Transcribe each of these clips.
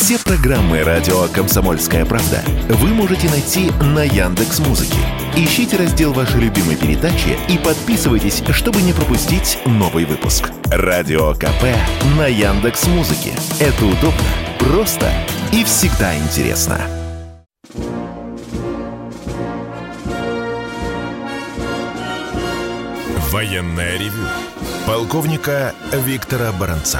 Все программы радио «Комсомольская правда» вы можете найти на Яндекс.Музыке. Ищите раздел вашей любимой передачи и подписывайтесь, чтобы не пропустить новый выпуск. Радио КП на Яндекс.Музыке. Это удобно, просто и всегда интересно. Военное ревю полковника Виктора Баранца.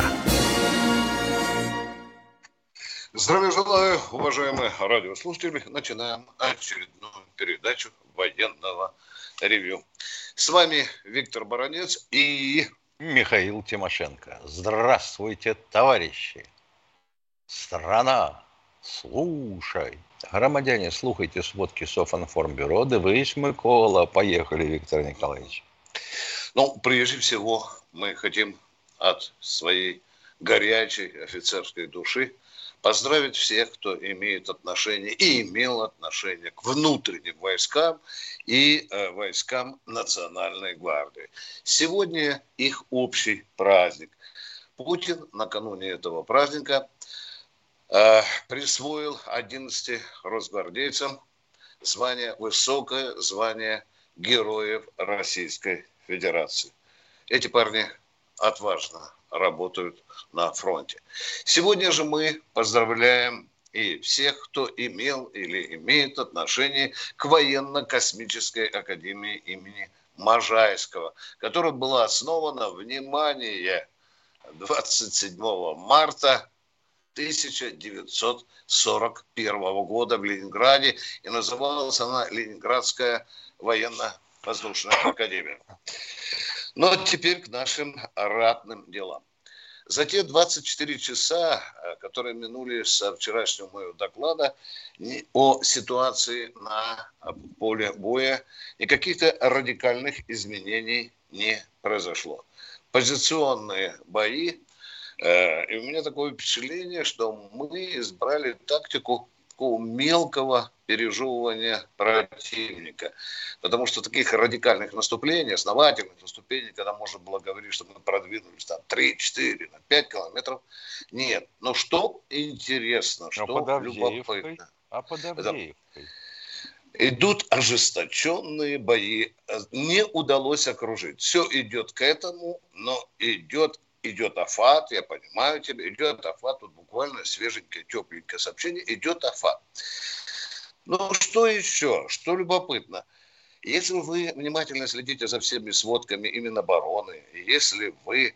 Здравия желаю, уважаемые радиослушатели. Начинаем очередную передачу военного ревью. С вами Виктор Баранец и Михаил Тимошенко. Здравствуйте, товарищи! Страна, слушай! Громадяне, слухайте сводки Софинформбюро. Дивись, Микола. Поехали, Виктор Николаевич. Прежде всего, мы хотим от своей горячей офицерской души поздравить всех, кто имеет отношение и имел отношение к внутренним войскам и войскам Национальной гвардии. Сегодня их общий праздник. Путин накануне этого праздника присвоил 11 росгвардейцам высокое звание Героев Российской Федерации. Эти парни отважно работают на фронте. Сегодня же мы поздравляем и всех, кто имел или имеет отношение к военно-космической академии имени Можайского, которая была основана, внимание, 27 марта 1941 года в Ленинграде, и называлась она Ленинградская военно-воздушная академия. Но теперь к нашим ратным делам. За те 24 часа, которые минули со вчерашнего моего доклада о ситуации на поле боя, никаких-то радикальных изменений не произошло. Позиционные бои, и у меня такое впечатление, что мы избрали тактику такого мелкого пережевывания противника. Потому что таких радикальных наступлений, основательных наступлений, когда можно было говорить, что мы продвинулись там 3, 4, 5 километров, нет. Но что интересно, что любопытно. Под Авдеевкой. Идут ожесточенные бои. Не удалось окружить. Все идет к этому, но идет Афат, я понимаю тебя, идет Афат, тут буквально свеженькое, тепленькое сообщение, идет Афат. Но что еще, что любопытно, если вы внимательно следите за всеми сводками именно обороны, если вы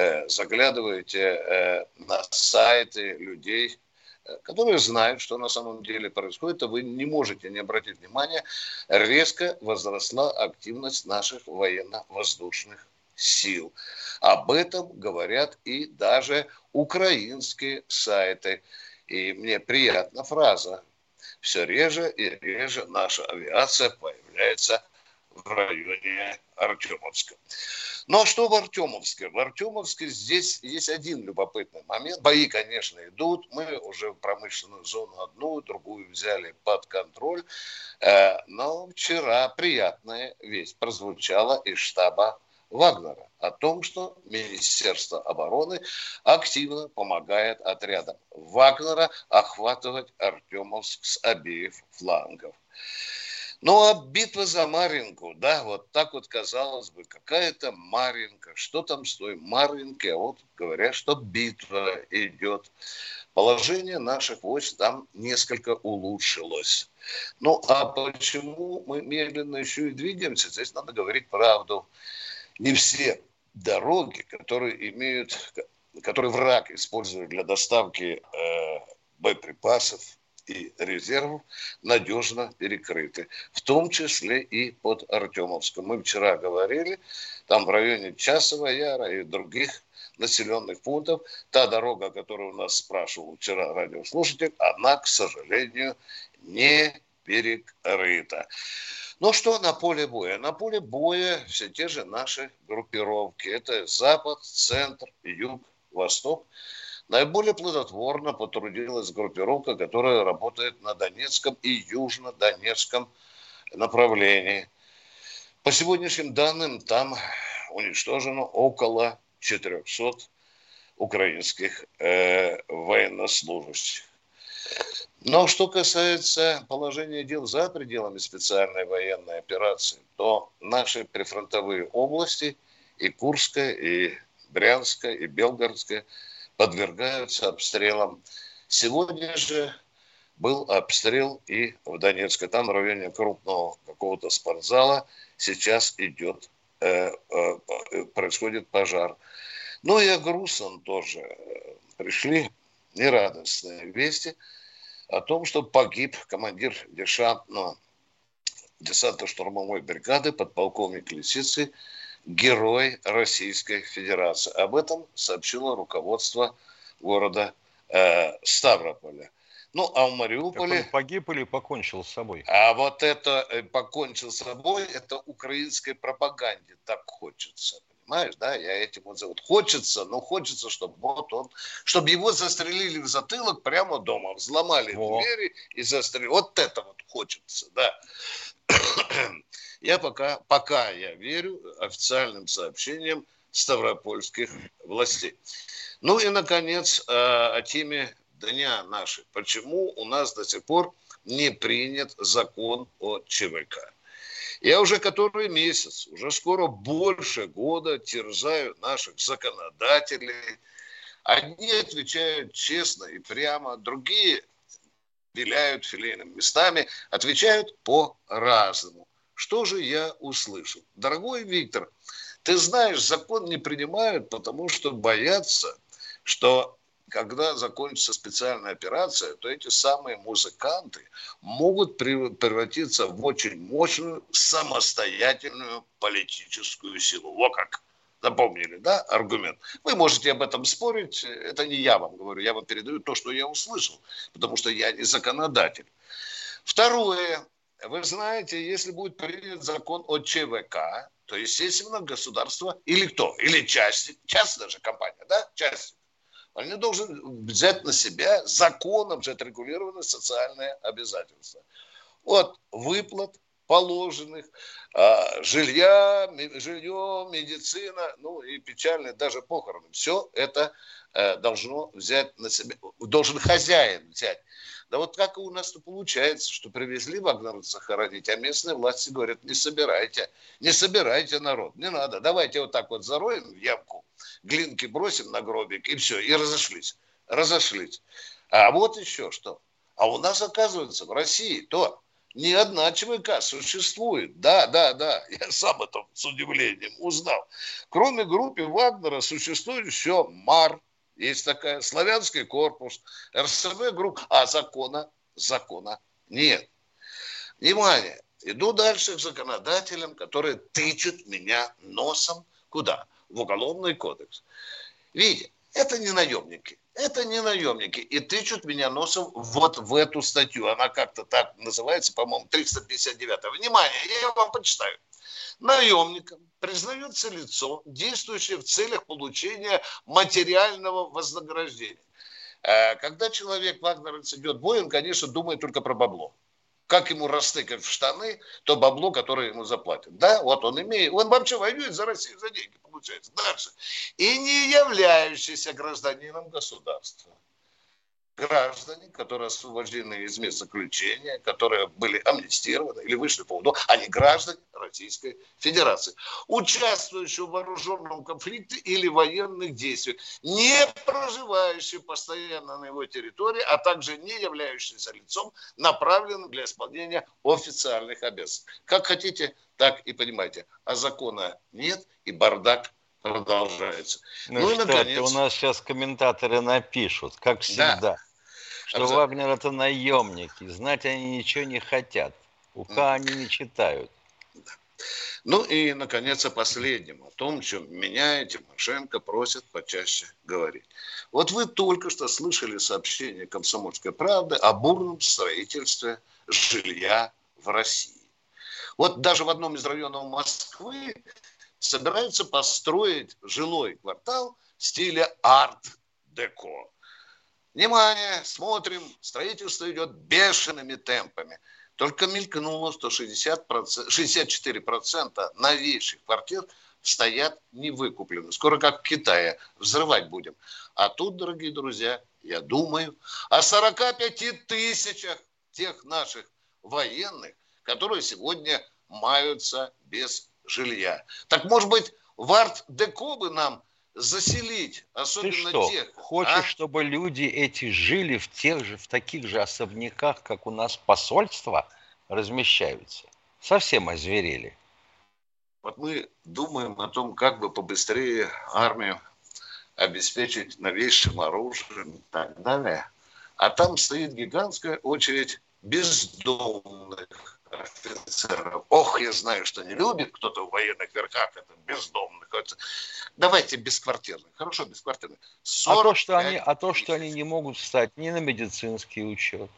заглядываете на сайты людей, которые знают, что на самом деле происходит, то вы не можете не обратить внимания, резко возросла активность наших военно-воздушных сил. Об этом говорят и даже украинские сайты. И мне приятна фраза. Все реже и реже наша авиация появляется в районе Артемовска. Ну а что в Артемовске? В Артемовске здесь есть один любопытный момент. Бои, конечно, идут. Мы уже промышленную зону одну, другую взяли под контроль. Но вчера приятная весть прозвучала из штаба Вагнера о том, что Министерство обороны активно помогает отрядам Вагнера охватывать Артемовск с обеих флангов. Ну а битва за Марьинку, да, вот так вот казалось бы, какая-то Марьинка, что там с той Марьинкой, а вот говорят, что битва идет. Положение наших войск там несколько улучшилось. Ну а почему мы медленно еще и двигаемся, здесь надо говорить правду. Не все дороги, которые враг использует для доставки боеприпасов и резервов, надежно перекрыты. В том числе и под Артемовском. Мы вчера говорили, там в районе Часова Яра и других населенных пунктов, та дорога, о которой у нас спрашивал вчера радиослушатель, она, к сожалению, не перекрыта. Ну что на поле боя? На поле боя все те же наши группировки. Это Запад, Центр, Юг, Восток. Наиболее плодотворно потрудилась группировка, которая работает на Донецком и Южно-Донецком направлении. По сегодняшним данным, там уничтожено около 400 украинских военнослужащих. Но что касается положения дел за пределами специальной военной операции, то наши прифронтовые области, и Курская, и Брянская, и Белгородская, подвергаются обстрелам. Сегодня же был обстрел и в Донецке. Там в районе крупного какого-то спортзала сейчас происходит пожар. Ну и о грустном тоже. Пришли нерадостные вести о том, что погиб командир десантно-штурмовой бригады, подполковник Лисицын, герой Российской Федерации. Об этом сообщило руководство города Ставрополя. Ну, а в Мариуполе... Так он погиб или покончил с собой? А вот это покончил с собой, это украинской пропаганде так хочется. Понимаешь, да? Я этим вот зовут. Хочется, но хочется, чтобы чтобы его застрелили в затылок прямо дома. Взломали двери и застрелили. Вот это вот хочется, да. Я пока я верю официальным сообщениям ставропольских властей. Ну и, наконец, о теме дня нашей. Почему у нас до сих пор не принят закон о ЧВК? Я уже который месяц, уже скоро больше года терзаю наших законодателей. Одни отвечают честно и прямо, другие виляют филейными местами, отвечают по-разному. Что же я услышал? Дорогой Виктор, ты знаешь, закон не принимают, потому что боятся, что когда закончится специальная операция, то эти самые музыканты могут превратиться в очень мощную самостоятельную политическую силу. Вот как. Запомнили, да, аргумент? Вы можете об этом спорить, это не я вам говорю, я вам передаю то, что я услышал, потому что я не законодатель. Второе. Вы знаете, если будет принят закон о ЧВК, то, естественно, государство или кто? Или частная же компания, да, часть. Они должны взять на себя законом же отрегулированные социальные обязательства. От выплат положенных, жилье, медицина, ну и печально даже похороны. Все это должно взять на себя, должен хозяин взять. Да вот как у нас-то получается, что привезли вагнеровцев хоронить, а местные власти говорят, не собирайте народ, не надо, давайте вот так вот зароем в ямку, глинки бросим на гробик и все, и разошлись. А вот еще что. А у нас, оказывается, в России то не одна ЧВК существует. Да, я сам это с удивлением узнал. Кроме группы Вагнера существует еще МАР, есть такая, Славянский корпус, РСВ группа, а закона нет. Внимание, иду дальше к законодателям, которые тычут меня носом куда? В Уголовный кодекс. Видите, это не наемники, и тычут меня носом вот в эту статью. Она как-то так называется, по-моему, 359. Внимание, я вам почитаю. Наемником признается лицо, действующее в целях получения материального вознаграждения. Когда человек, вагнеровец, идет в бой, он, конечно, думает только про бабло. Как ему растыкать в штаны то бабло, которое ему заплатят. Да, вот он вообще воюет за Россию, за деньги, получается. Дальше. И не являющийся гражданином государства. Граждане, которые освобождены из мест заключения, которые были амнистированы или вышли по УДО, они граждане Российской Федерации, участвующие в вооруженном конфликте или военных действиях, не проживающие постоянно на его территории, а также не являющиеся лицом, направленным для исполнения официальных обязанностей. Как хотите, так и понимаете. А закона нет, и бардак продолжается. Ну и, наконец... У нас сейчас комментаторы напишут, как всегда. Да. Что Вагнер это наемники, знать они ничего не хотят, УК они не читают. Ну и, наконец, о последнем, о том, чем меня и Тимошенко просят почаще говорить. Вот вы только что слышали сообщение «Комсомольской правды» о бурном строительстве жилья в России. Вот даже в одном из районов Москвы собираются построить жилой квартал в стиле арт-деко. Внимание, смотрим, строительство идет бешеными темпами. Только мелькнуло, что 64% новейших квартир стоят невыкуплены. Скоро как в Китае, взрывать будем. А тут, дорогие друзья, я думаю о 45 тысячах тех наших военных, которые сегодня маются без жилья. Так, может быть, в арт-деко бы нам заселить, особенно Ты что, тех... хочешь, чтобы люди эти жили в таких же особняках, как у нас посольства размещаются? Совсем озверели. Вот мы думаем о том, как бы побыстрее армию обеспечить новейшим оружием и так далее. А там стоит гигантская очередь бездомных офицеров. Ох, я знаю, что не любит кто-то в военных верхах это бездомных. Давайте бесквартирных. Хорошо, бесквартирных. А то, что они не могут встать ни на медицинский учет,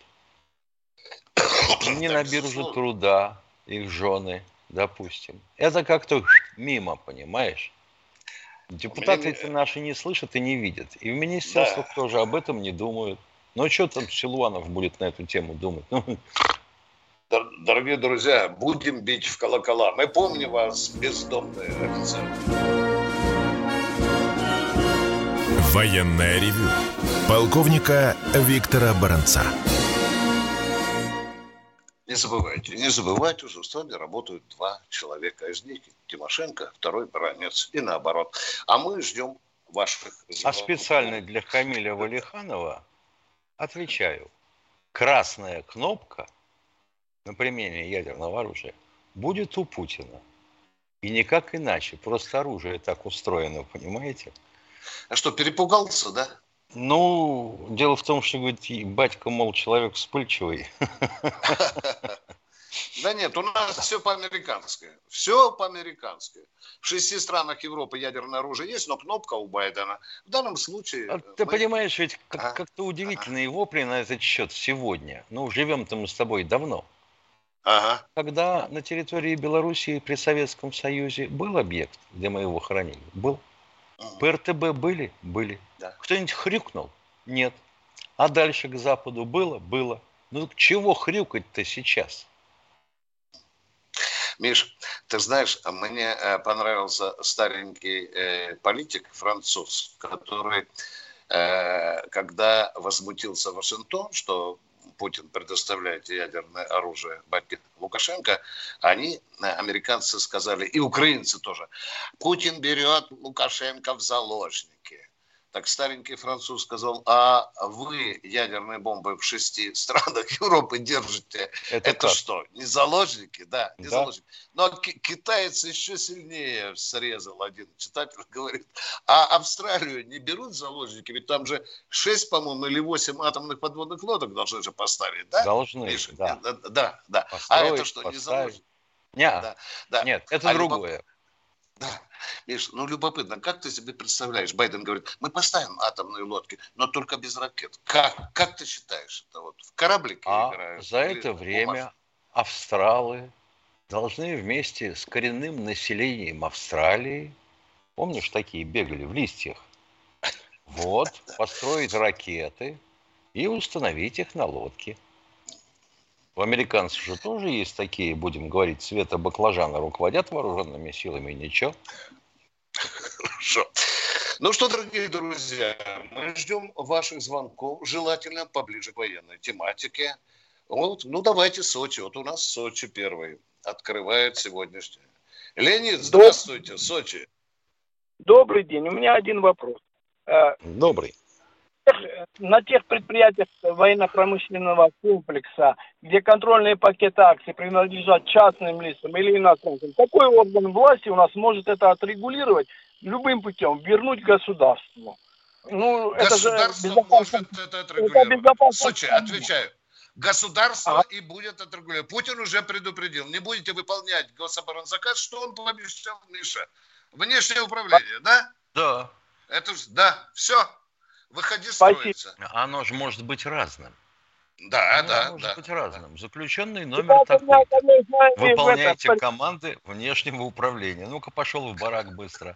ни на биржу труда, их жены, допустим. Это как-то мимо, понимаешь? Депутаты эти наши не слышат и не видят. И в министерствах тоже об этом не думают. Ну, что там Силуанов будет на эту тему думать? Дорогие друзья, будем бить в колокола. Мы помним вас, бездомные офицеры. Военное ревю полковника Виктора Баранца. Не забывайте, что с вами работают два человека из них. Тимошенко, второй Баранец. И наоборот. А мы ждем ваших звонков. А специально для Камиля Валиханова отвечаю. Красная кнопка на применение ядерного оружия будет у Путина. И никак иначе. Просто оружие так устроено, понимаете? А что, перепугался, да? Ну, дело в том, что, говорит, батька, мол, человек вспыльчивый. Да нет, у нас все по-американски. Все по-американски. В 6 странах Европы ядерное оружие есть, но кнопка у Байдена. В данном случае... Ты понимаешь, ведь как-то удивительные вопли на этот счет сегодня. Ну, живем-то мы с тобой давно. Ага. Когда на территории Белоруссии при Советском Союзе был объект, где мы его хранили? Был. ПРТБ были? Были. Да. Кто-нибудь хрюкнул? Нет. А дальше к западу было? Было. Ну, чего хрюкать-то сейчас? Миш, ты знаешь, мне понравился старенький политик француз, который, когда возмутился Вашингтон, что Путин предоставляет ядерное оружие батьке Лукашенко, американцы сказали, и украинцы тоже, Путин берет Лукашенко в заложники. Так старенький француз сказал, а вы ядерные бомбы в 6 странах Европы держите. Это что, не заложники? Да, не заложники. Но китаец еще сильнее срезал, один читатель говорит. А Австралию не берут заложники? Ведь там же 6, по-моему, или 8 атомных подводных лодок должны же поставить, да? Должны, Миша? да. Да. А это что, не заложники? Нет, нет, это другое. Да, Миш, любопытно, как ты себе представляешь? Байден говорит, мы поставим атомные лодки, но только без ракет. Как ты считаешь? Это вот в кораблике играют? За это время австралы должны вместе с коренным населением Австралии, помнишь, такие бегали в листьях, построить ракеты и установить их на лодке. У американцев же тоже есть такие, будем говорить, цвета баклажана, руководят вооруженными силами, ничего. Хорошо. Ну что, дорогие друзья, мы ждем ваших звонков, желательно поближе к военной тематике. Давайте Сочи. Вот у нас Сочи первый открывает сегодняшнее. Леонид, здравствуйте, Сочи. Добрый день. У меня один вопрос. Добрый. На тех предприятиях военно-промышленного комплекса, где контрольные пакеты акций принадлежат частным лицам или иностранцам, какой орган власти у нас может это отрегулировать любым путем, вернуть государству? Государство может это отрегулировать. Сочи, отвечаю. Государство и будет отрегулировать. Путин уже предупредил. Не будете выполнять гособоронзаказ, что он пообещал, Миша? Внешнее управление, да? Да. Все. Выходи строиться. Оно же может быть разным. Да. Может быть разным. Заключенный номер такой. Выполняйте команды внешнего управления. Ну-ка, пошел в барак быстро.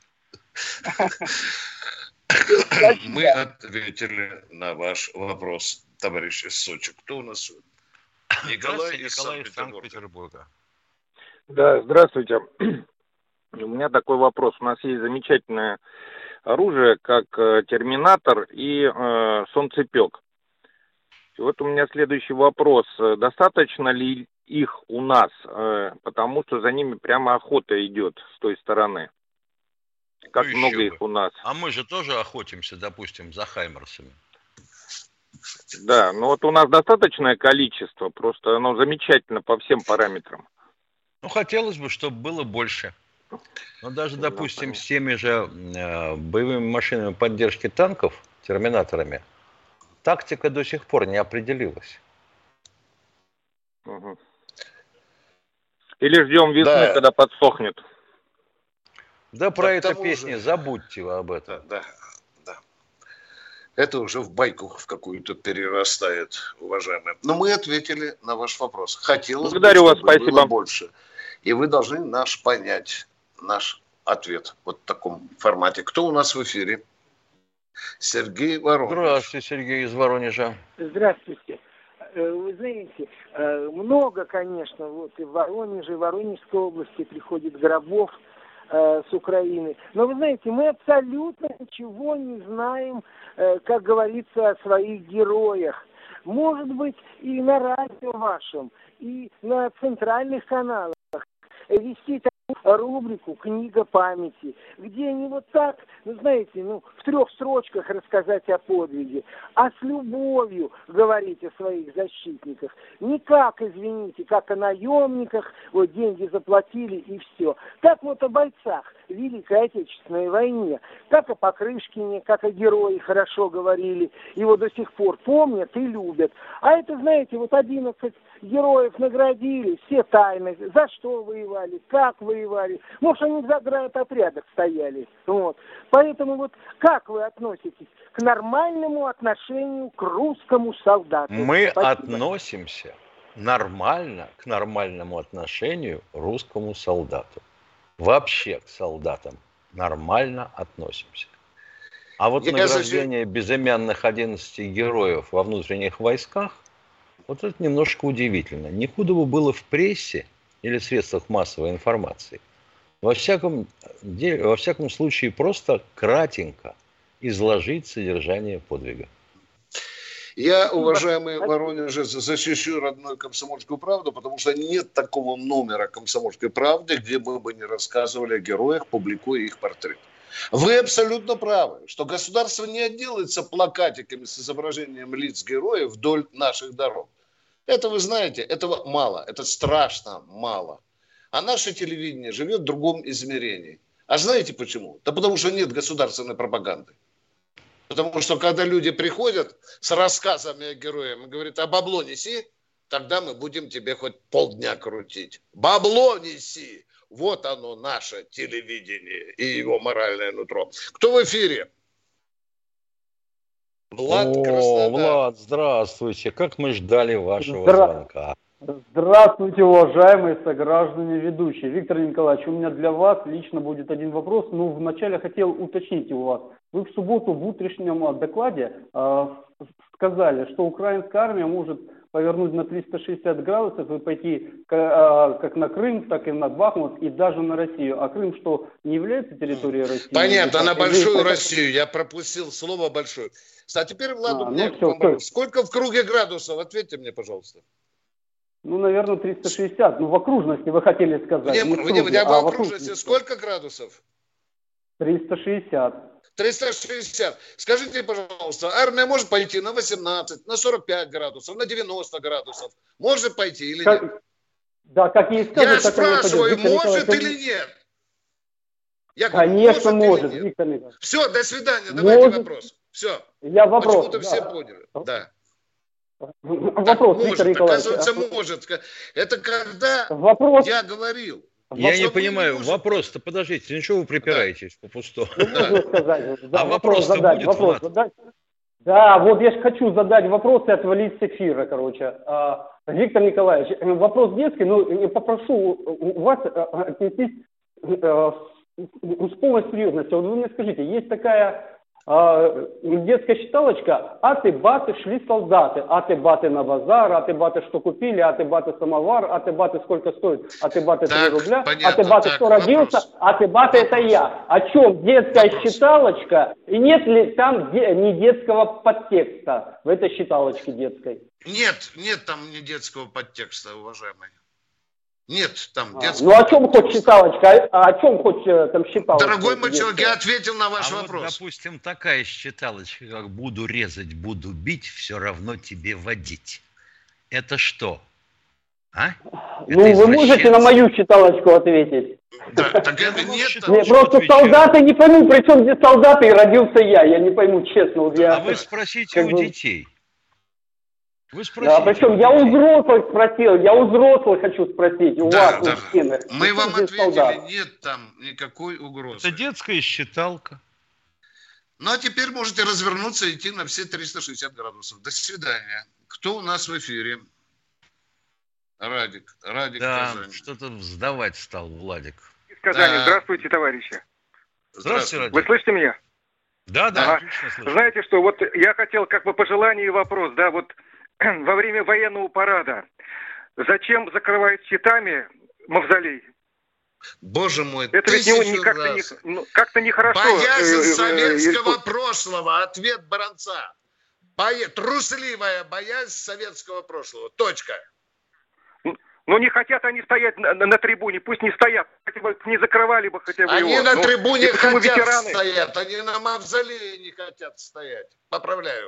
Мы ответили на ваш вопрос, товарищ из Сочи. Кто у нас? Николай из Санкт-Петербурга. Да, здравствуйте. У меня такой вопрос. У нас есть замечательная оружие, как терминатор и солнцепек. И вот у меня следующий вопрос. Достаточно ли их у нас? Потому что за ними прямо охота идет с той стороны. Как Ну, много еще их бы. у нас? А мы же тоже охотимся, допустим, за хаймерсами. Да, ну вот у нас достаточное количество, просто оно замечательно по всем параметрам. Ну, хотелось бы, чтобы было больше. Но даже, допустим, с теми же боевыми машинами поддержки танков, терминаторами, тактика до сих пор не определилась. Угу. Или ждем весны, Да. когда подсохнет. Да про к это тому песни, же- забудьте вы об этом. Да. Это уже в байку в какую-то перерастает, уважаемые. Но мы ответили на ваш вопрос. Хотелось Благодарю бы, вас, чтобы было спасибо. больше. И вы должны понять наш ответ вот в таком формате. Кто у нас в эфире? Сергей Воронеж. Здравствуйте, Сергей из Воронежа. Здравствуйте. Вы знаете, много, конечно, вот и в Воронеже, и в Воронежской области приходит гробов с Украины. Но вы знаете, мы абсолютно ничего не знаем, как говорится, о своих героях. Может быть, и на радио вашем, и на центральных каналах вести такую рубрику «Книга памяти», где не вот так, знаете, в 3 строчках рассказать о подвиге, а с любовью говорить о своих защитниках. Не как, извините, как о наемниках, вот деньги заплатили и все. Так вот о бойцах в Великой Отечественной войне, как о Покрышкине, как о герое хорошо говорили, его до сих пор помнят и любят. А это, знаете, вот 11 героев наградили, все тайны, за что воевали, как воевали. Может, они в заградотрядах стояли. Вот. Поэтому вот как вы относитесь к нормальному отношению к русскому солдату? Мы Спасибо. относимся нормально к нормальному отношению русскому солдату. Вообще к солдатам нормально относимся. А вот награждение безымянных 11 героев во внутренних войсках, вот это немножко удивительно. Не худо бы было в прессе или в средствах массовой информации. Во всяком случае, просто кратенько изложить содержание подвига. Я, уважаемый Воронеж, защищу родную «Комсомольскую правду», потому что нет такого номера «Комсомольской правды», где мы бы не рассказывали о героях, публикуя их портрет. Вы абсолютно правы, что государство не отделается плакатиками с изображением лиц героев вдоль наших дорог. Это вы знаете, этого мало, это страшно мало. А наше телевидение живет в другом измерении. А знаете почему? Да потому что нет государственной пропаганды. Потому что когда люди приходят с рассказами о героях и говорят, а бабло неси, тогда мы будем тебе хоть полдня крутить. Бабло неси! Вот оно, наше телевидение и его моральное нутро. Кто в эфире? Влад, Краснодар. Влад, здравствуйте. Как мы ждали вашего звонка. Здравствуйте, уважаемые сограждане ведущие. Виктор Николаевич, у меня для вас лично будет один вопрос. Вначале хотел уточнить у вас. Вы в субботу в утреннем докладе сказали, что украинская армия может повернуть на 360 градусов и пойти как на Крым, так и на Бахмут, и даже на Россию. А Крым что, не является территорией России? Понятно, на большую Россию. Я пропустил слово «большую». А теперь, Влад, у меня сколько в круге градусов? Ответьте мне, пожалуйста. Наверное, 360. В окружности вы хотели сказать. В окружности сколько градусов? 360. 360. Скажите, пожалуйста, армия может пойти на 18, на 45 градусов, на 90 градусов? Может пойти или нет? Да, как ей скажут, я спрашиваю, может или нет? Я говорю, конечно, может, Виктор Николаевич. Все, до свидания, давайте вопрос. Все. Я вопрос. Почему-то все поняли. Да. Вопрос, может, Виктор Николаевич. Оказывается, может. Это когда я говорил. Я не понимаю, вопрос-то, подождите, ничего вы припираетесь по-пустому. Можно сказать. А вопрос-то будет, Влад? Да, вот я хочу задать вопрос и отвалить с эфира, Виктор Николаевич, вопрос детский, но я попрошу у вас отнестись с полной серьезностью. Вот вы мне скажите, есть такая Детская считалочка, аты-баты шли солдаты, аты-баты на базар, аты-баты что купили, аты-баты самовар, аты-баты сколько стоит, аты-баты 3 рубля, аты-баты кто родился, аты-баты это я. О чем детская считалочка, и нет ли там не детского подтекста в этой считалочке детской? Нет там не детского подтекста, уважаемый. Нет там детского Ну о чем хоть считалочка, о чем хоть там считалочка? Дорогой мой человек, я ответил на ваш вопрос. Вот, допустим, такая считалочка, как «буду резать, буду бить, все равно тебе водить». Это что? А? Ну, вы можете на мою считалочку ответить? Да, так это нет. Нет, просто солдаты не пойму, при чем здесь солдаты и родился я не пойму, честно. Вот а вы спросите у детей. Вы спросите. Да, причем я у взрослых спросил, я у взрослых хочу спросить, у вас, мужчины. Мы вам ответили, нет там никакой угрозы. Это детская считалка. Ну, а теперь можете развернуться и идти на все 360 градусов. До свидания. Кто у нас в эфире? Радик да, Казань. Что-то сдавать стал Владик. Из Казани. Да. Здравствуйте, товарищи. Здравствуйте, Радик. Вы слышите меня? Да, ага. Знаете что, вот я хотел как бы пожелание и вопрос, да, вот во время военного парада зачем закрывают щитами мавзолей? Боже мой, это ведь как-то нехорошо. Боязнь советского прошлого, ответ Баранца. Трусливая боязнь советского прошлого. Точка. Ну, не хотят они стоять на трибуне, пусть не стоят, хотя бы не закрывали бы хотя бы они его. Они на трибуне хотят стоять, они на мавзолее не хотят стоять. Поправляю.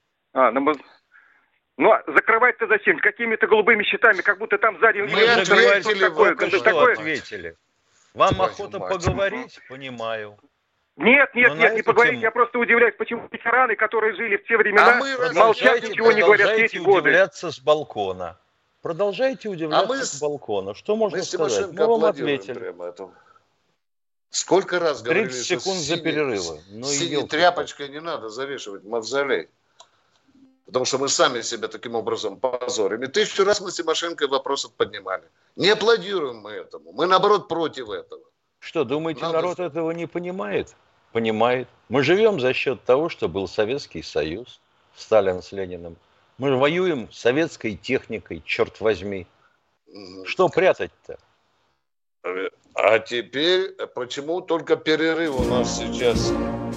Ну, закрывать-то зачем? Какими-то голубыми щитами, как будто там сзади... Мы ответили. Вам охота поговорить? Понимаю. Нет, не поговорить, я просто удивляюсь, почему ветераны, которые жили в те времена, молчат, ничего не говорят все эти годы. Удивляться с балкона. Продолжайте удивляться с балкона. Что можно сказать? Мы вам ответили. Сколько раз говорили, 30 секунд за перерывы. Синей тряпочкой не надо завешивать мавзолей. Потому что мы сами себя таким образом позорим. И 1000 раз мы с Тимошенко вопрос поднимали. Не аплодируем мы этому. Мы, наоборот, против этого. Что, думаете, народ этого не понимает? Понимает. Мы живем за счет того, что был Советский Союз, Сталин с Лениным. Мы воюем советской техникой, черт возьми. Что прятать-то? А теперь, почему только перерыв у нас сейчас?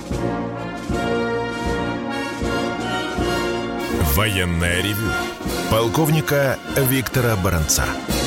Военное ревю полковника Виктора Баранца.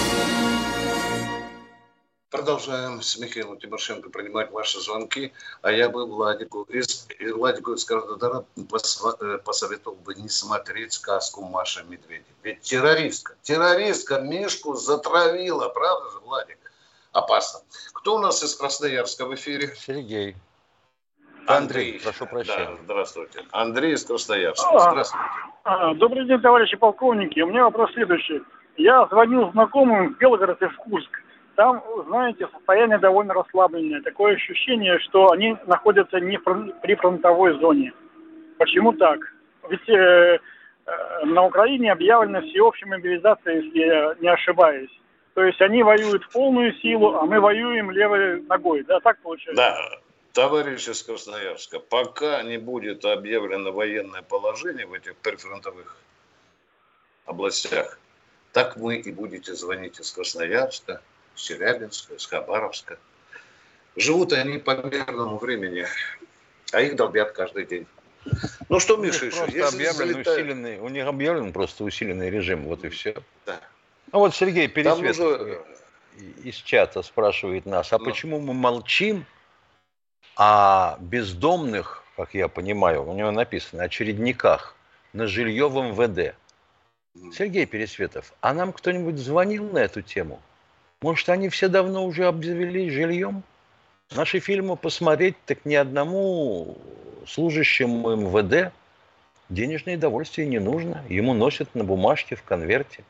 Продолжаем с Михаилом Тимошенко принимать ваши звонки. А я бы Владику из Краснодара посоветовал бы не смотреть сказку «Маша и медведь». Ведь террористка Мишку затравила, правда же, Владик? Опасно. Кто у нас из Красноярска в эфире? Сергей. Андрей. Прошу прощения. Да, здравствуйте. Андрей из Красноярска. Здравствуйте. Добрый день, товарищи полковники. У меня вопрос следующий. Я звонил знакомым в Белгород и в Курск. Там, знаете, состояние довольно расслабленное. Такое ощущение, что они находятся не при фронтовой зоне. Почему так? Ведь на Украине объявлена всеобщая мобилизация, если я не ошибаюсь. То есть они воюют в полную силу, а мы воюем левой ногой. Да, так получается? Да. Товарищи из Красноярска, пока не будет объявлено военное положение в этих прифронтовых областях, так вы и будете звонить из Красноярска, из Челябинска, из Хабаровска. Живут они по мирному времени, а их долбят каждый день. Ну что, Миша, у них объявлен просто усиленный режим, вот и все. Да. А вот Сергей Пересветов из чата спрашивает нас, а почему мы молчим о бездомных, как я понимаю, у него написано, очередниках на жилье в МВД? Сергей Пересветов, а нам кто-нибудь звонил на эту тему? Может, они все давно уже обзавелись жильем? Наши фильмы посмотреть, так ни одному служащему МВД денежное удовольствие не нужно. Ему носят на бумажке в конверте.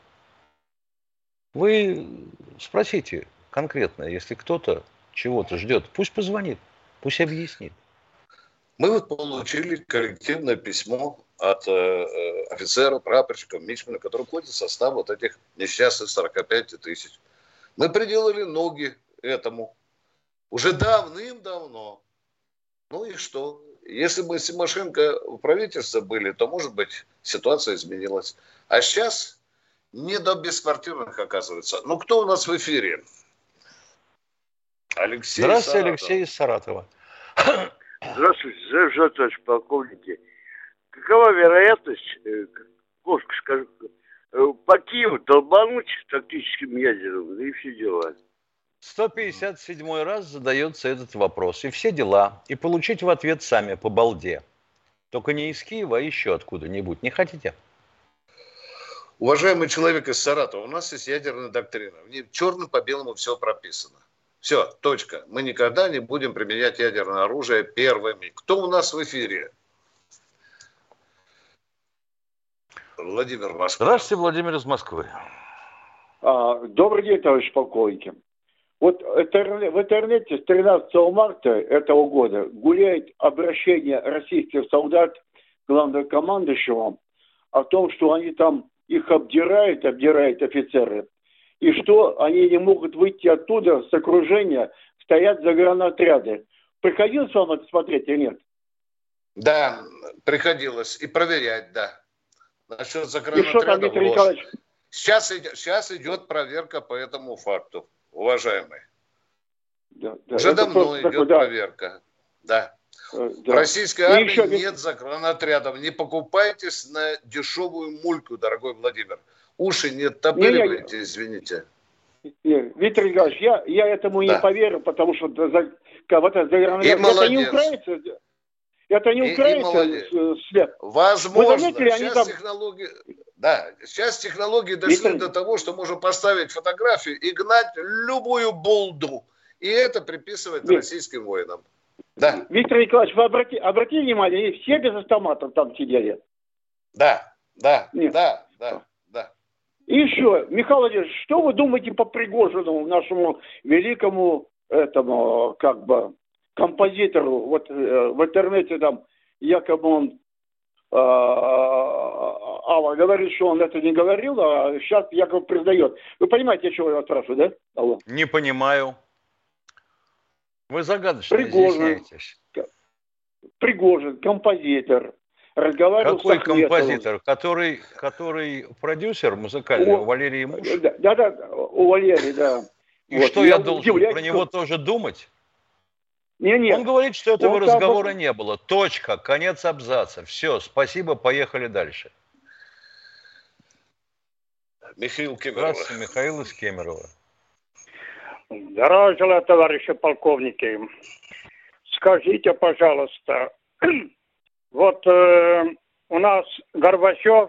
Вы спросите конкретно, если кто-то чего-то ждет, пусть позвонит, пусть объяснит. Мы вот получили коллективное письмо от офицера, прапорщика, мичмана, который входит в состав вот этих несчастных 45 тысяч. Мы приделали ноги этому уже давным-давно. Ну и что? Если бы Тимошенко в правительстве были, то, может быть, ситуация изменилась. А сейчас не до бесквартирных, оказывается. Ну, кто у нас в эфире? Алексей Здравствуйте, Саратов. Алексей из Саратова. Здравствуйте, товарищ полковники. Какова вероятность, Кошка, скажу, по Киеву долбануть тактическим ядерным, да и все дела? 157 раз задается этот вопрос. И все дела. И получить в ответ сами по балде. Только не из Киева, а еще откуда-нибудь. Не хотите? Уважаемый человек из Саратова, у нас есть ядерная доктрина. В ней черным по белому все прописано. Все, точка. Мы никогда не будем применять ядерное оружие первыми. Кто у нас в эфире? Владимир Москва. Здравствуйте, Владимир из Москвы. Добрый день, товарищ полковники. Вот в интернете с 13 марта этого года гуляет обращение российских солдат к главнокомандующему о том, что они там их обдирают офицеры, и что они не могут выйти оттуда с окружения, стоят загранотряды. Приходилось вам это смотреть или нет? Да, приходилось. И проверять, да. Насчет И что там, загранотрядов Виктор ложь. Николаевич? Сейчас идет проверка по этому факту, уважаемый. Да, Уже давно идет такой, да. проверка. Да. Да. В российской армии еще... нет загранотрядов. Не покупайтесь на дешевую мульку, дорогой Владимир. Уши не оттопыривайте, извините. Виктор Николаевич, я этому не поверю, потому что это не украинцы. Это не украинцы. Возможно. Сейчас там... технологии... Да, сейчас технологии дошли до того, что можно поставить фотографию и гнать любую булду. И это приписывать российским воинам. Да. Виктор Николаевич, вы обратили внимание, они все без автоматов там сидели. Да. И еще, Михаил Владимирович, что вы думаете по Пригожину, нашему великому этому, композитору? Вот в интернете там якобы он говорит, что он это не говорил, а сейчас якобы признает. Вы понимаете, о чем я вас спрашиваю, да? Алло. Не понимаю. Вы загадочно изъясняетесь. Пригожин, композитор. Разговаривал Какой с Ахметовым. композитор? Который продюсер музыкальный, у Валерии муж? Да, у Валерии, да. И вот. Что я должен про него тоже думать? Нет. Он говорит, что этого разговора не было. Точка, конец абзаца. Все, спасибо, поехали дальше. Михаил Кемерово. Здравствуйте, Михаил из Кемерово. Здравия желаю, товарищи полковники. Скажите, пожалуйста, вот у нас Горбачев,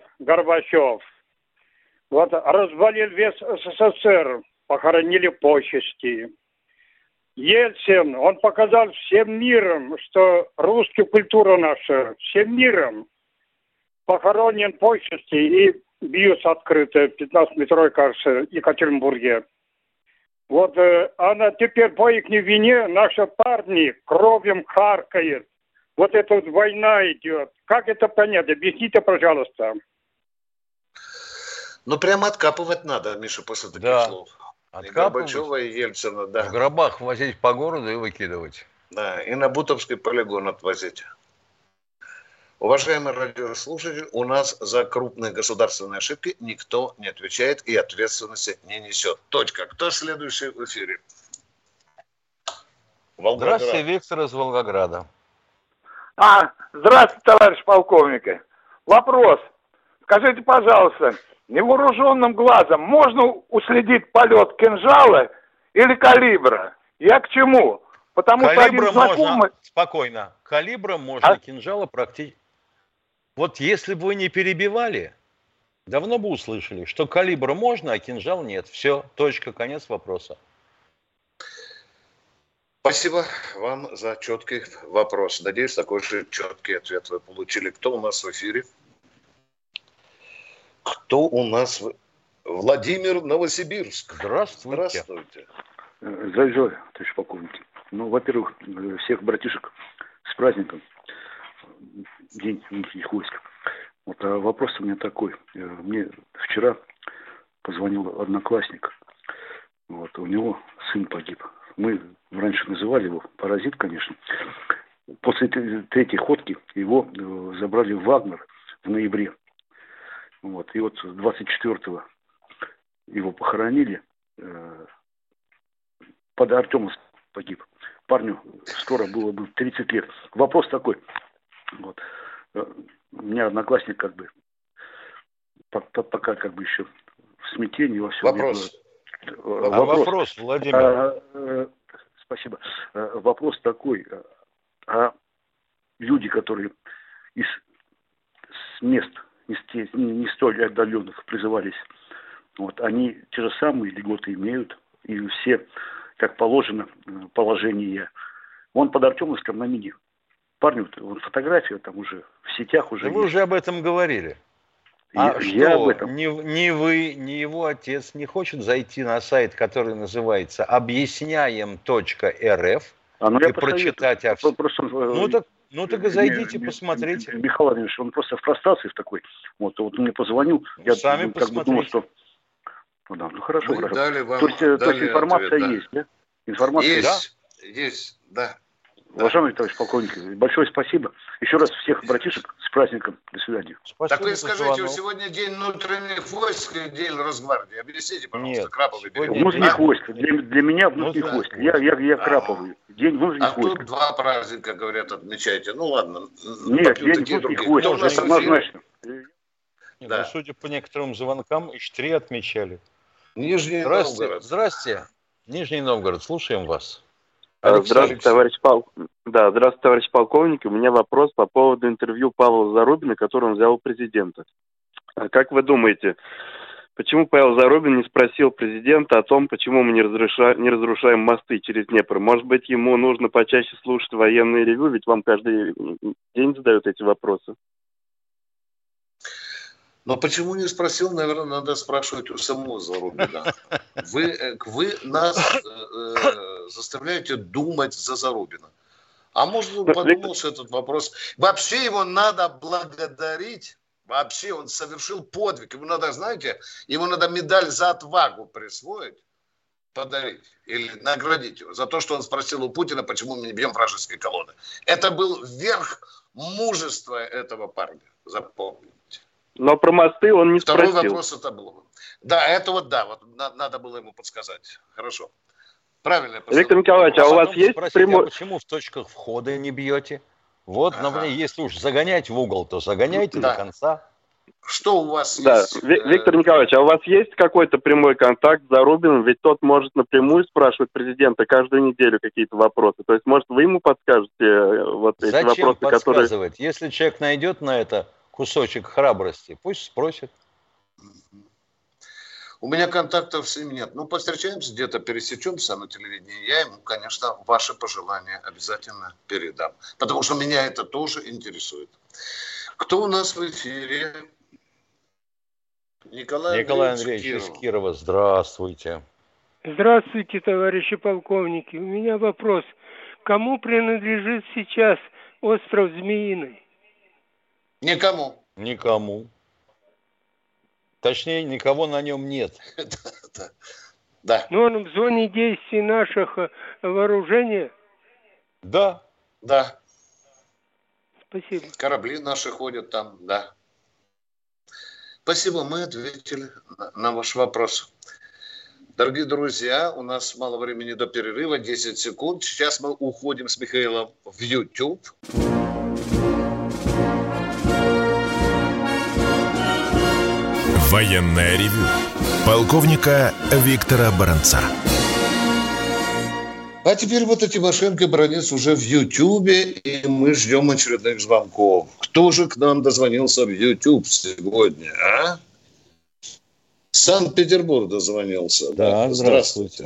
вот развалил весь СССР, похоронили почести. Ельцин, он показал всем миром, что русская культура наша, всем миром похоронен почести и бьются открыто, 15-метровой, кажется, в Екатеринбурге. Вот она теперь по их вине, наши парни кровью харкает. Вот эта вот война идет. Как это понять? Объясните, пожалуйста. Ну, прямо откапывать надо, Миша, после таких слов. И Горбачева, и Ельцина, да. В гробах возить по городу и выкидывать. Да, и на Бутовский полигон отвозить. Уважаемые радиослушатели, у нас за крупные государственные ошибки никто не отвечает и ответственности не несет. Точка. Кто следующий в эфире? Волгоград. Здравствуйте, Виктор из Волгограда. Здравствуйте, товарищ полковник. Вопрос. Скажите, пожалуйста, невооруженным глазом можно уследить полет кинжала или калибра? Я к чему? Потому калибра что один знакомый... можно, спокойно, калибра можно, кинжала практически... Вот если бы вы не перебивали, давно бы услышали, что калибра можно, а кинжал нет. Все, точка, конец вопроса. Спасибо вам за четкий вопрос. Надеюсь, такой же четкий ответ вы получили. Кто у нас в эфире? Кто у нас? Владимир, Новосибирск. Здравствуйте. Здравствуйте. Здравия, товарищ полковник. Ну, во-первых, всех братишек с праздником. День внутренних войск. Вот, а вопрос у меня такой. Мне вчера позвонил одноклассник. Вот, у него сын погиб. Мы раньше называли его паразит, конечно. после третьей ходки его забрали в Вагнер в ноябре. Вот. И вот 24-го его похоронили. Под Артемовск погиб. Парню скоро было бы 30 лет. Вопрос такой. Вот. У меня одноклассник как бы пока как бы еще в смятении во всем. Вопрос. Вопрос, Владимир. Спасибо. Вопрос такой. А люди, которые с мест не столь отдаленных призывались, вот, они те же самые льготы имеют, и все, как положено, положение. Он под Артемовском на мине. Парню, вот фотография там уже в сетях уже. Вы уже об этом говорили. Я об этом. Ни вы, ни его отец не хочет зайти на сайт, который называется объясняем.рф и прочитать о всем? Ну так и зайдите, посмотрите. Михаил Владимирович, он просто в прострации в такой. Вот он мне позвонил, я сами как бы думал, что... Ну хорошо, хорошо. То есть информация ответ, есть, да? Информация есть, да. Уважаемый товарищ полковник, большое спасибо. Еще раз всех братишек с праздником. До свидания. Спасибо. Так вы скажите, сегодня день внутренних войск или день Росгвардии? Объясните, пожалуйста, краповый перевод. Внутренних войск. Для меня внутренних войск. Я краповый. День внутренних войск. Тут два праздника, говорят, отмечаете. Ну ладно. Нет, день внутренних войск. Однозначно. Да. Судя по некоторым звонкам, еще 3 отмечали. Нижний Новгород. Здрасте. Нижний Новгород. Слушаем вас. Здравствуйте, товарищ здравствуйте, товарищ полковник. У меня вопрос по поводу интервью Павла Зарубина, которое он взял у президента. Как вы думаете, почему Павел Зарубин не спросил президента о том, почему мы не разрушаем мосты через Днепр? Может быть, ему нужно почаще слушать военные ревю, ведь вам каждый день задают эти вопросы. Но почему не спросил, наверное, надо спрашивать у самого Зарубина. Вы нас заставляете думать за Зарубина. А может, он подумал, что этот вопрос... Вообще его надо благодарить. Вообще он совершил подвиг. Ему надо, знаете, ему надо медаль за отвагу присвоить, подарить или наградить его за то, что он спросил у Путина, почему мы не бьем вражеские колонны. Это был верх мужества этого парня. Запомните. Но про мосты он не спросил. Второй вопрос это был. Да, это вот надо было ему подсказать. Хорошо. Правильно. Виктор Николаевич, а у вас есть прямой... почему в точках входа не бьете? Вот, например, если уж загонять в угол, то загоняйте до конца. Что у вас есть? Виктор Николаевич, а у вас есть какой-то прямой контакт с Зарубиным? Ведь тот может напрямую спрашивать президента каждую неделю какие-то вопросы. То есть, может, вы ему подскажете вот эти вопросы, которые... Зачем подсказывать? Если человек найдет на это кусочек храбрости, пусть спросит. У меня контактов с ним нет. Ну, повстречаемся где-то, пересечемся на телевидении. Я ему, конечно, ваши пожелания обязательно передам. Потому что меня это тоже интересует. Кто у нас в эфире? Николай Андреевич из Кирова. Здравствуйте. Здравствуйте, товарищи полковники. У меня вопрос. Кому принадлежит сейчас остров Змеиный? Никому. Точнее, никого на нем нет. Да. Но он в зоне действий наших вооружений? Да. Спасибо. Корабли наши ходят там, да. Спасибо, мы ответили на ваш вопрос. Дорогие друзья, у нас мало времени до перерыва, 10 секунд. Сейчас мы уходим с Михаилом в YouTube. Военное ревю полковника Виктора Баранца. А теперь вот Тимошенко и Баранец уже в Ютьюбе, и мы ждем очередных звонков. Кто же к нам дозвонился в Ютьюб сегодня, а? Санкт-Петербург дозвонился. Да, здравствуйте.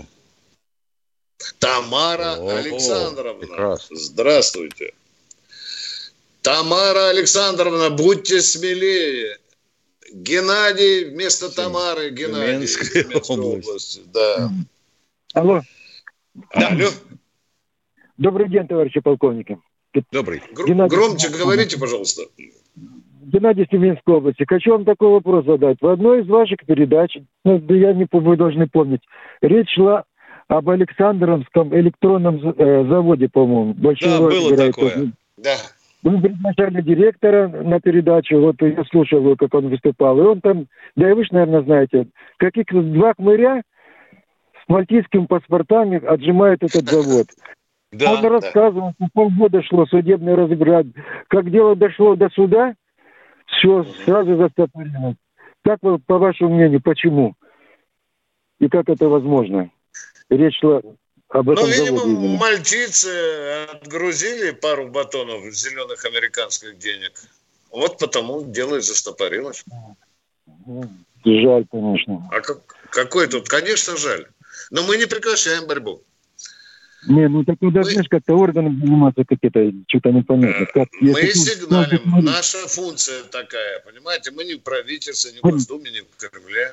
Тамара Александровна. Прекрасно. Здравствуйте. Тамара Александровна, будьте смелее. Геннадий вместо Тамары. Геннадий из Тюменской области. Да. Алло. Да, алло. Добрый день, товарищи полковники. Добрый. Громче говорите, пожалуйста. Геннадий из Тюменской области. Хочу вам такой вопрос задать. В одной из ваших передач, я не помню, вы должны помнить, речь шла об Александровском электронном заводе, по-моему. Да, было такое. Да. Вы приглашали директора на передачу, вот я слушал, как он выступал, и он там, да и вы же, наверное, знаете, каких-то 2 хмыря с мальтийскими паспортами отжимают этот завод. Да, он рассказывал, что полгода шло судебное разбирательство. Как дело дошло до суда, все сразу застопорилось. Как вы, по вашему мнению, почему? И как это возможно? Речь шла об этом заводе. Видимо, мальтийцы отгрузили пару батонов зеленых американских денег. Вот потому дело и застопорилось. Жаль, конечно. А какой тут? Конечно, жаль. Но мы не прекращаем борьбу. Не, ну так должны как-то органам заниматься, какие-то, что-то непонятно. Мы сигналим. Наша функция такая, понимаете? Мы не в правительстве, не в Госдуме, не в Кремле.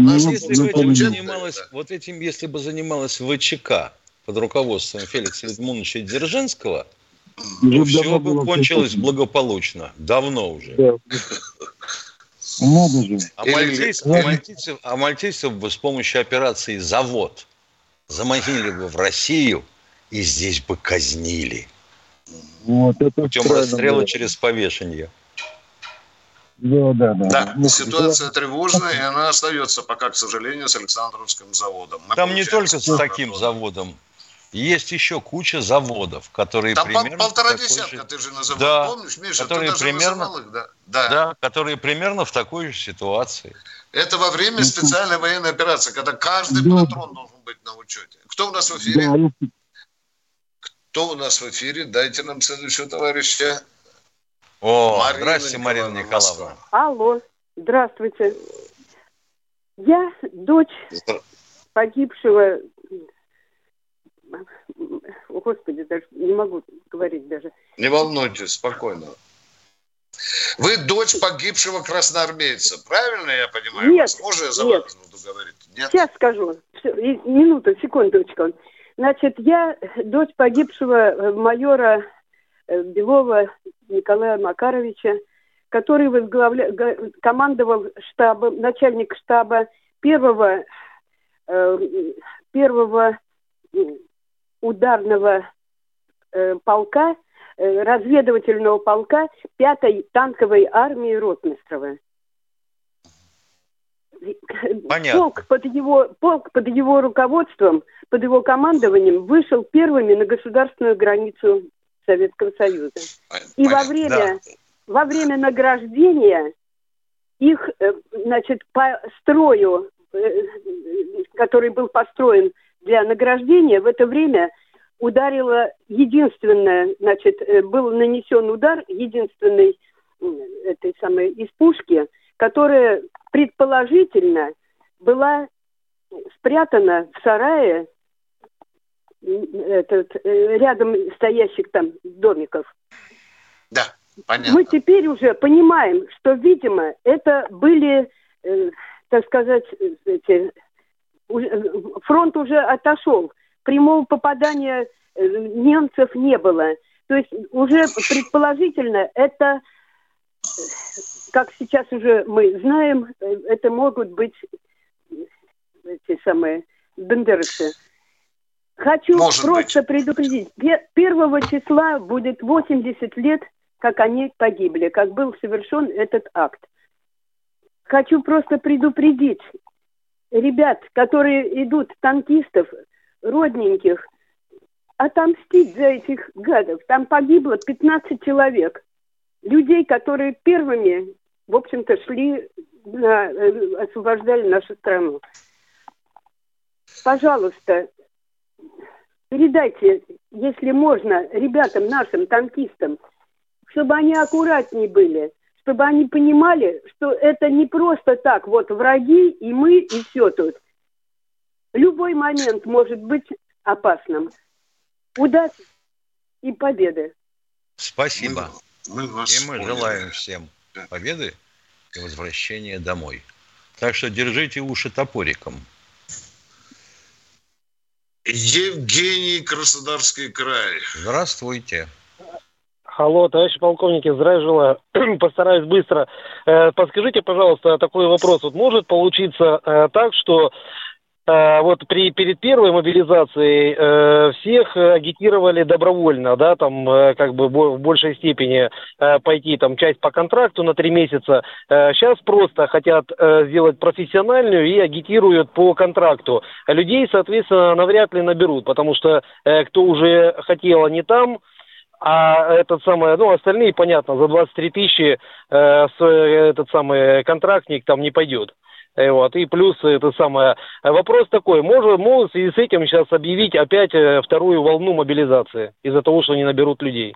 Если бы занималась ВЧК под руководством Феликса Эдмундовича Дзержинского, то все бы кончилось благополучно. Давно уже. А мальтийцев бы с помощью операции «Завод» заманили бы в Россию и здесь бы казнили. Путем расстрела через повешение. Да, ситуация тревожная, и она остается пока, к сожалению, с Александровским заводом. Там не только с таким заводом. Есть еще куча заводов, которые там примерно... 1,5 десятка, ты же называл, помнишь, Миша? Которые ты даже примерно, называл их, да, которые примерно в такой же ситуации. Это во время специальной военной операции, когда каждый патрон должен быть на учете. Кто у нас в эфире? Кто у нас в эфире? Дайте нам следующего товарища. Здравствуйте, Марина Николаевна. Алло, здравствуйте. Я дочь погибшего... Господи, даже не могу говорить даже. Не волнуйтесь, спокойно. Вы дочь погибшего красноармейца, правильно я понимаю? Нет, можно я за вас буду говорить? Нет? Сейчас скажу. Минуту, секундочку. Значит, я дочь погибшего майора Белова Николая Макаровича, который командовал начальник штаба первого ударного полка, разведывательного полка 5-й танковой армии Ротмистрова. Понятно. Полк под его руководством, под его командованием вышел первыми на государственную границу Советского Союза. И во время награждения их, значит, по строю, который был построен для награждения, в это время ударило единственное, значит, был нанесен удар единственной этой самой из пушки, которая предположительно была спрятана в сарае рядом стоящих там домиков. Да, понятно. Мы теперь уже понимаем, что, видимо, это были, так сказать, фронт уже отошел. Прямого попадания немцев не было. То есть уже предположительно это, как сейчас уже мы знаем, это могут быть эти самые бандеровцы. Хочу просто предупредить. 1 числа будет 80 лет, как они погибли, как был совершен этот акт. Хочу просто предупредить ребят, которые идут, танкистов, родненьких, отомстить за этих гадов. Там погибло 15 человек. Людей, которые первыми, в общем-то, освобождали нашу страну. Пожалуйста, передайте, если можно, ребятам, нашим танкистам, чтобы они аккуратнее были, чтобы они понимали, что это не просто так, вот враги и мы, и все тут. Любой момент может быть опасным. Удачи и победы. Спасибо. И мы желаем всем победы и возвращения домой. Так что держите уши топориком. Евгений, Краснодарский край. Здравствуйте. Алло, товарищи полковники, здравия желаю. Постараюсь быстро. Подскажите, пожалуйста, такой вопрос. Вот может получиться так, что вот перед первой мобилизацией всех агитировали добровольно, да, там как бы в большей степени пойти там часть по контракту на 3 месяца. Сейчас просто хотят сделать профессиональную и агитируют по контракту. Людей, соответственно, навряд ли наберут, потому что кто уже хотел, они там. А этот самый, ну, остальные, понятно, за 23 тысячи этот самый контрактник там не пойдет. Вот. И плюс это самое. Вопрос такой, могут в связи с этим сейчас объявить опять вторую волну мобилизации из-за того, что не наберут людей?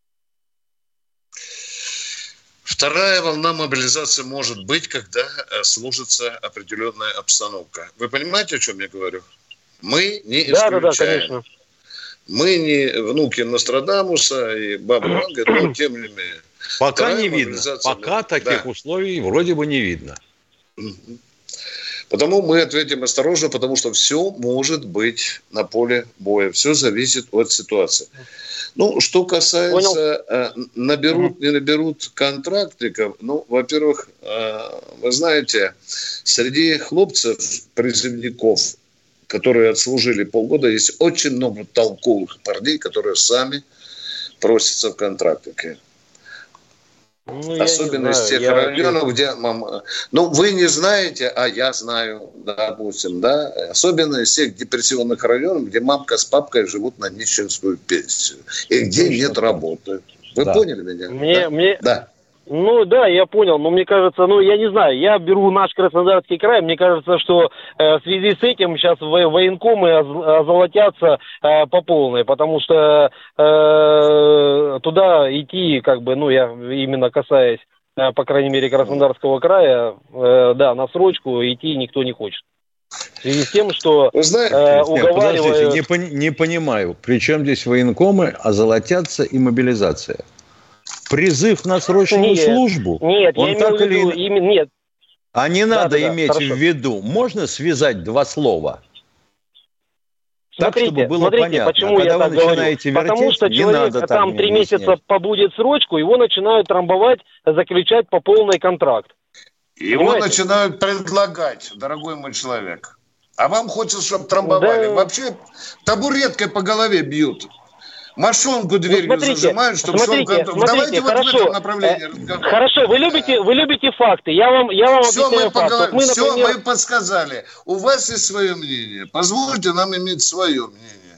Вторая волна мобилизации может быть, когда сложится определенная обстановка. Вы понимаете, о чем я говорю? Мы не исключаем. Да, конечно. Мы не внуки Нострадамуса и Бабы Ванги, но тем не менее. Пока не видно. Пока таких условий вроде бы не видно. Потому мы ответим осторожно, потому что все может быть на поле боя. Все зависит от ситуации. Ну, что касается наберут, не наберут контрактников, ну, во-первых, вы знаете, среди хлопцев, призывников, которые отслужили полгода, есть очень много толковых парней, которые сами просятся в контрактники. Ну, особенно из тех районов, где мама... Ну, вы не знаете, а я знаю, допустим, да, особенно из тех депрессионных районов, где мамка с папкой живут на нищенскую пенсию, и где нет работы. Вы поняли меня? Да. Ну да, я понял, но мне кажется, ну я не знаю, я беру наш Краснодарский край, мне кажется, что в связи с этим сейчас военкомы озолотятся по полной, потому что туда идти, как бы, ну я именно касаясь, по крайней мере, Краснодарского края, да, на срочку идти никто не хочет. В связи с тем, что уговаривают... Нет, подождите, не понимаю, при чем здесь военкомы, озолотятся и мобилизация? Призыв на срочную службу? Нет, я имею в виду, нет. А не надо иметь в виду. Можно связать два слова? Смотрите, так, чтобы было понятно. Почему я так говорю? Потому что человек там 3 месяца побудет срочку, его начинают трамбовать, заключать по полной контракт. Его начинают предлагать, дорогой мой человек. А вам хочется, чтобы трамбовали. Да. Вообще табуреткой по голове бьют. Мошонку дверью зажимают, чтобы давайте хорошо, вот в этом направлении разговаривать. Хорошо, вы любите факты. Я вам объясняю факты. Мы подсказали. У вас есть свое мнение. Позвольте нам иметь свое мнение.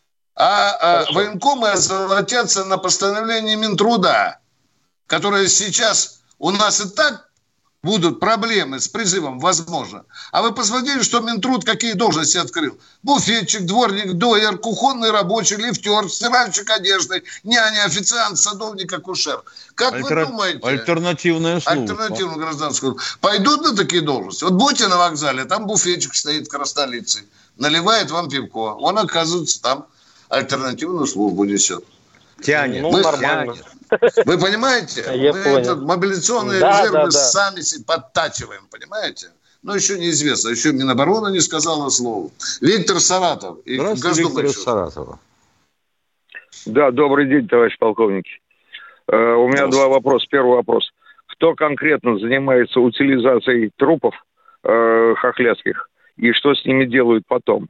А военкомы озолотятся на постановлении Минтруда, которое сейчас у нас и так будут проблемы с призывом, возможно. А вы посмотрели, что Минтруд какие должности открыл? Буфетчик, дворник, доер, кухонный рабочий, лифтер, стиральщик одежды, няня, официант, садовник, акушер. Как вы думаете? Альтернативная служба. Альтернативную гражданскую. Пойдут на такие должности? Вот будете на вокзале, там буфетчик стоит в краснолицей, наливает вам пивко. Он, оказывается, там альтернативную службу несет. Тянет. Нормально. Вы понимаете? Мы этот мобилизационные резервы сами подтачиваем, понимаете? Но еще неизвестно. Еще Минобороны не сказала слова. Виктор Саратов. Здравствуйте, Виктор из Саратова. Да, добрый день, товарищ полковник. У меня 2 вопроса. Первый вопрос. Кто конкретно занимается утилизацией трупов хохлядских и что с ними делают потом?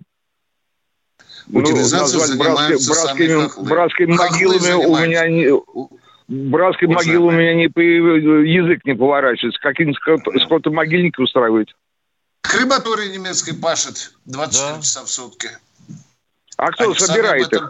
Утилизацией занимаются братскими могилами у меня братской могилы у меня язык не поворачивается. Какие-нибудь скотомогильники устраивают. Крематорий немецкий пашет 24 часа в сутки. А кто собирает их?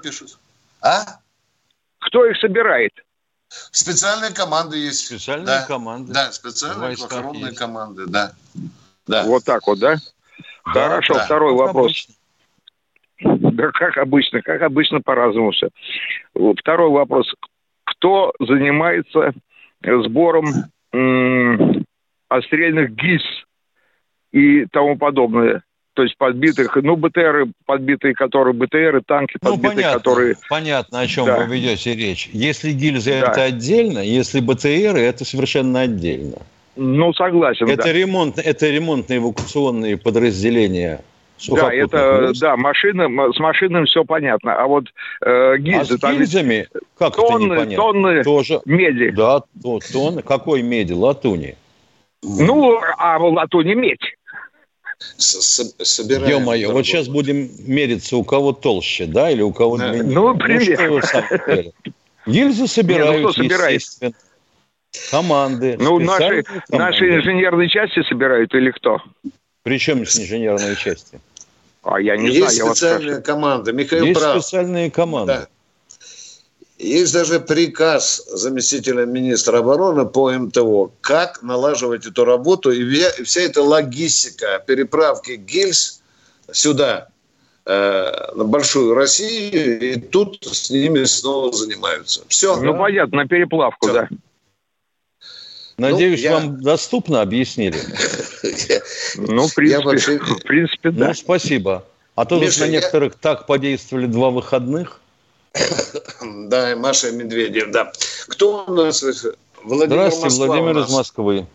Кто их собирает? Специальные команды есть. Специальные команды. Да, специальные охранные команды, да. Вот так вот, да? Хорошо, второй вопрос. Да, как обычно по-разному все. Второй вопрос. Кто занимается сбором отстрельных гильз и тому подобное? То есть подбитых, БТРы, подбитые, которые БТРы, танки, подбитые, которые... Понятно, о чем вы ведете речь. Если гильзы это отдельно, если БТРы это совершенно отдельно. Согласен, это ремонтные эвакуационные подразделения. С машинами все понятно. А вот гильзы... с гильзами, как это непонятно? Тонны тоже меди. Да, тонны. Какой меди? Латуни. А латуни медь. Собираем. Ё-моё, вот сейчас будем мериться, у кого толще, да, или у кого длиннее. Ну, привет. Что вы сами говорите? Гильзы собирают, естественно. Команды. Ну, наши инженерные части собирают или кто? Причем с инженерные части? А я не Есть знаю. специальные команды. Михаил Есть прав. специальные команды. Да. Есть даже приказ заместителя министра обороны по МТО, как налаживать эту работу. И вся эта логистика переправки гильз сюда, на большую Россию, и тут с ними снова занимаются. Все. Ну, понятно, на переплавку, Все. да. Надеюсь, вам доступно объяснили? Ну, в принципе, да. Ну, спасибо. А то Миша, на некоторых так подействовали 2 выходных. Да, и Маша Медведев, да. Кто у нас? Владимир Здравствуйте, Москва Владимир из Москвы.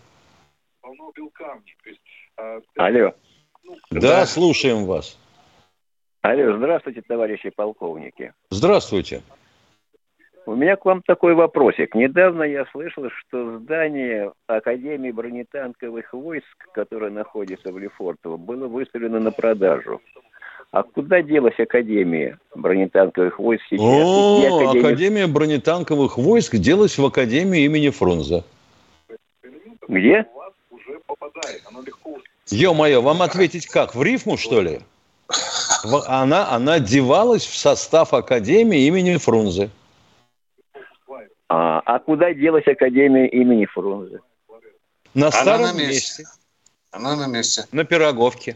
Алло. Да, слушаем вас. Алло, здравствуйте, товарищи полковники. Здравствуйте. У меня к вам такой вопросик. Недавно я слышал, что здание Академии бронетанковых войск, которое находится в Лефортово, было выставлено на продажу. А куда делась Академия бронетанковых войск сейчас? Академия бронетанковых войск делась в Академии имени Фрунзе. Где? Ё-моё, вам ответить как? В рифму, что ли? Она девалась в состав Академии имени Фрунзе. А куда делась Академия имени Фрунзе? На старом месте. Она на месте. На Пироговке.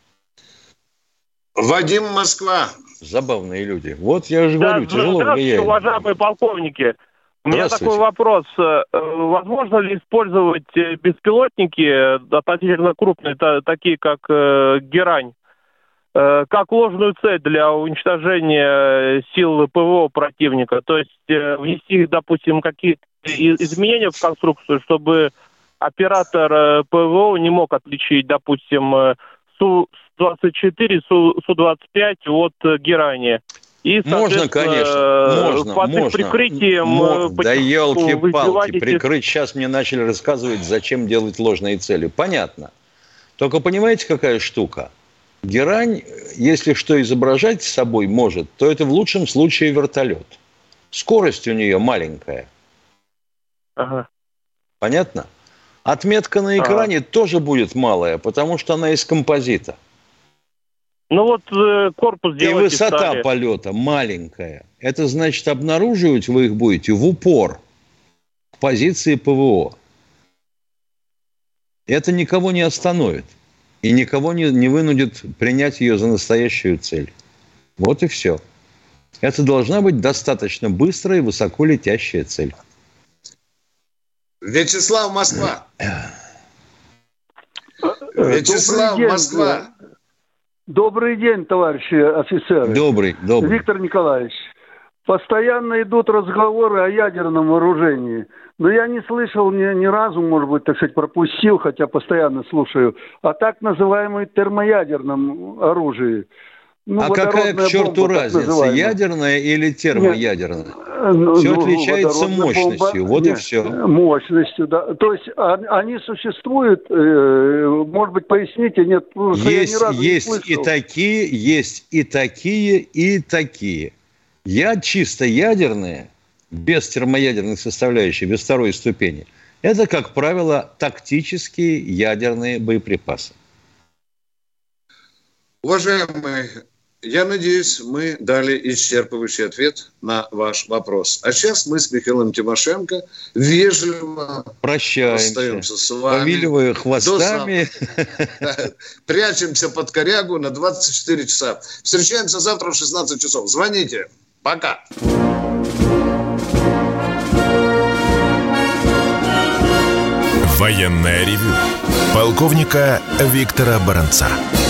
Вадим, Москва. Забавные люди. Вот я же говорю, тяжело влияет. Здравствуйте, уважаемые полковники. У меня такой вопрос. Возможно ли использовать беспилотники относительно крупные, такие как «Герань», как ложную цель для уничтожения сил ПВО противника? То есть внести, допустим, какие-то изменения в конструкцию, чтобы оператор ПВО не мог отличить, допустим, Су-24, Су-25 от «Герани». И, можно, конечно, под их прикрытием... Да елки-палки, прикрыть. Сейчас мне начали рассказывать, зачем делать ложные цели. Понятно. Только понимаете, какая штука? Герань, если что изображать собой может, то это в лучшем случае вертолет. Скорость у нее маленькая. Ага. Понятно? Отметка на экране тоже будет малая, потому что она из композита. Ну вот корпус делать. И высота полета маленькая. Это значит, обнаруживать вы их будете в упор к позиции ПВО. Это никого не остановит. И никого не вынудит принять ее за настоящую цель. Вот и все. Это должна быть достаточно быстрая и высоко летящая цель. Вячеслав, Москва. Вячеслав, Москва. Добрый день, товарищи офицеры. Добрый. Виктор Николаевич, постоянно идут разговоры о ядерном вооружении. Но я не слышал ни разу, может быть, так сказать, пропустил, хотя постоянно слушаю, о так называемом термоядерном оружии. А какая к черту разница, ядерная или термоядерная? Все отличается мощностью, вот и все. Мощностью, да. То есть они существуют, может быть, поясните, нет, я ни разу не слышал. Есть и такие. Чисто ядерные, без термоядерных составляющих, без второй ступени, это, как правило, тактические ядерные боеприпасы. Уважаемые, я надеюсь, мы дали исчерпывающий ответ на ваш вопрос. А сейчас мы с Михаилом Тимошенко вежливо прощаемся, остаемся с вами. Повиливая хвостами. Прячемся под корягу на 24 часа. Встречаемся завтра в 16 часов. Звоните. Пока. Военное ревю полковника Виктора Баранца.